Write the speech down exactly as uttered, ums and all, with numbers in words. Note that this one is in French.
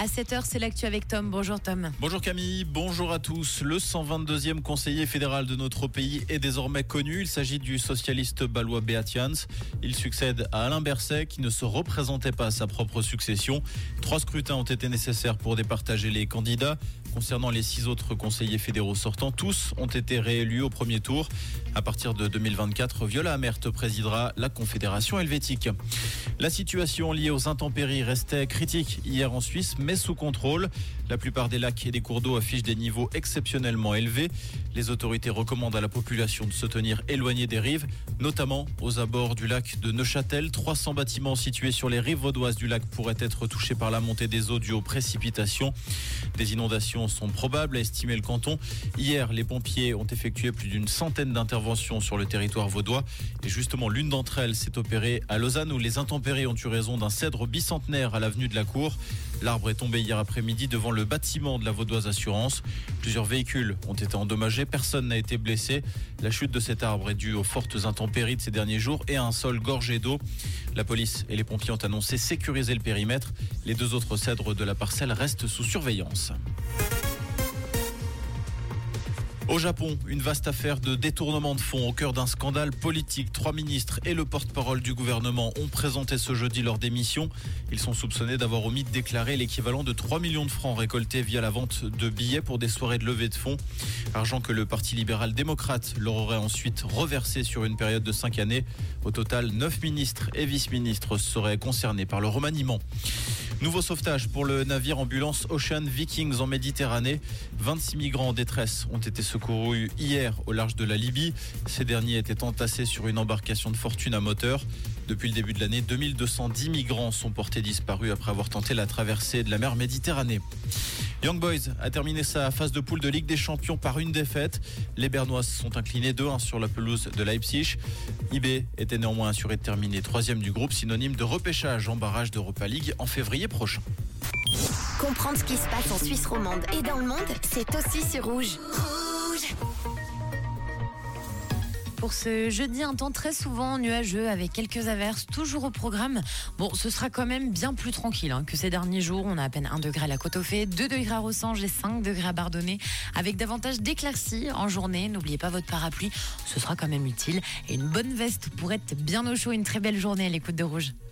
À sept heures, c'est l'actu avec Tom. Bonjour Tom. Bonjour Camille, bonjour à tous. Le cent vingt-deuxième conseiller fédéral de notre pays est désormais connu. Il s'agit du socialiste balois Beat Jans. Il succède à Alain Berset qui ne se représentait pas à sa propre succession. Trois scrutins ont été nécessaires pour départager les candidats. Concernant les six autres conseillers fédéraux sortants, tous ont été réélus au premier tour. À partir de deux mille vingt-quatre, Viola Amert présidera la Confédération helvétique. La situation liée aux intempéries restait critique hier en Suisse, mais sous contrôle. La plupart des lacs et des cours d'eau affichent des niveaux exceptionnellement élevés. Les autorités recommandent à la population de se tenir éloignée des rives, notamment aux abords du lac de Neuchâtel. trois cents bâtiments situés sur les rives vaudoises du lac pourraient être touchés par la montée des eaux dues aux précipitations. Des inondations sont probables, a estimé le canton. Hier, les pompiers ont effectué plus d'une centaine d'interventions sur le territoire vaudois. Et justement, l'une d'entre elles s'est opérée à Lausanne, où les intempéries ont eu raison d'un cèdre bicentenaire à l'avenue de la Cour. L'arbre est tombé hier après-midi devant le bâtiment de la Vaudoise Assurance. Plusieurs véhicules ont été endommagés, personne n'a été blessé. La chute de cet arbre est due aux fortes intempéries de ces derniers jours et à un sol gorgé d'eau. La police et les pompiers ont annoncé sécuriser le périmètre. Les deux autres cèdres de la parcelle restent sous surveillance. Au Japon, une vaste affaire de détournement de fonds au cœur d'un scandale politique. Trois ministres et le porte-parole du gouvernement ont présenté ce jeudi leur démission. Ils sont soupçonnés d'avoir omis de déclarer l'équivalent de trois millions de francs récoltés via la vente de billets pour des soirées de levée de fonds. Argent que le Parti libéral-démocrate leur aurait ensuite reversé sur une période de cinq années. Au total, neuf ministres et vice-ministres seraient concernés par le remaniement. Nouveau sauvetage pour le navire ambulance Ocean Vikings en Méditerranée. vingt-six migrants en détresse ont été secourus hier au large de la Libye. Ces derniers étaient entassés sur une embarcation de fortune à moteur. Depuis le début de l'année, deux mille deux cent dix migrants sont portés disparus après avoir tenté la traversée de la mer Méditerranée. Young Boys a terminé sa phase de poule de Ligue des Champions par une défaite. Les Bernois sont inclinés deux un sur la pelouse de Leipzig. I B était néanmoins assuré de terminer troisième du groupe, synonyme de repêchage en barrage d'Europa League en février prochain. Comprendre ce qui se passe en Suisse romande et dans le monde, c'est aussi sur Rouge. Rouge. Pour ce jeudi, un temps très souvent nuageux avec quelques averses toujours au programme. Bon, ce sera quand même bien plus tranquille hein, que ces derniers jours. On a à peine un degré à la Côte-aux-Fées, deux degrés à Rossange et cinq degrés à Bardonnay, avec davantage d'éclaircies en journée. N'oubliez pas votre parapluie, ce sera quand même utile. Et une bonne veste pour être bien au chaud. Une très belle journée à l'écoute de Rouge.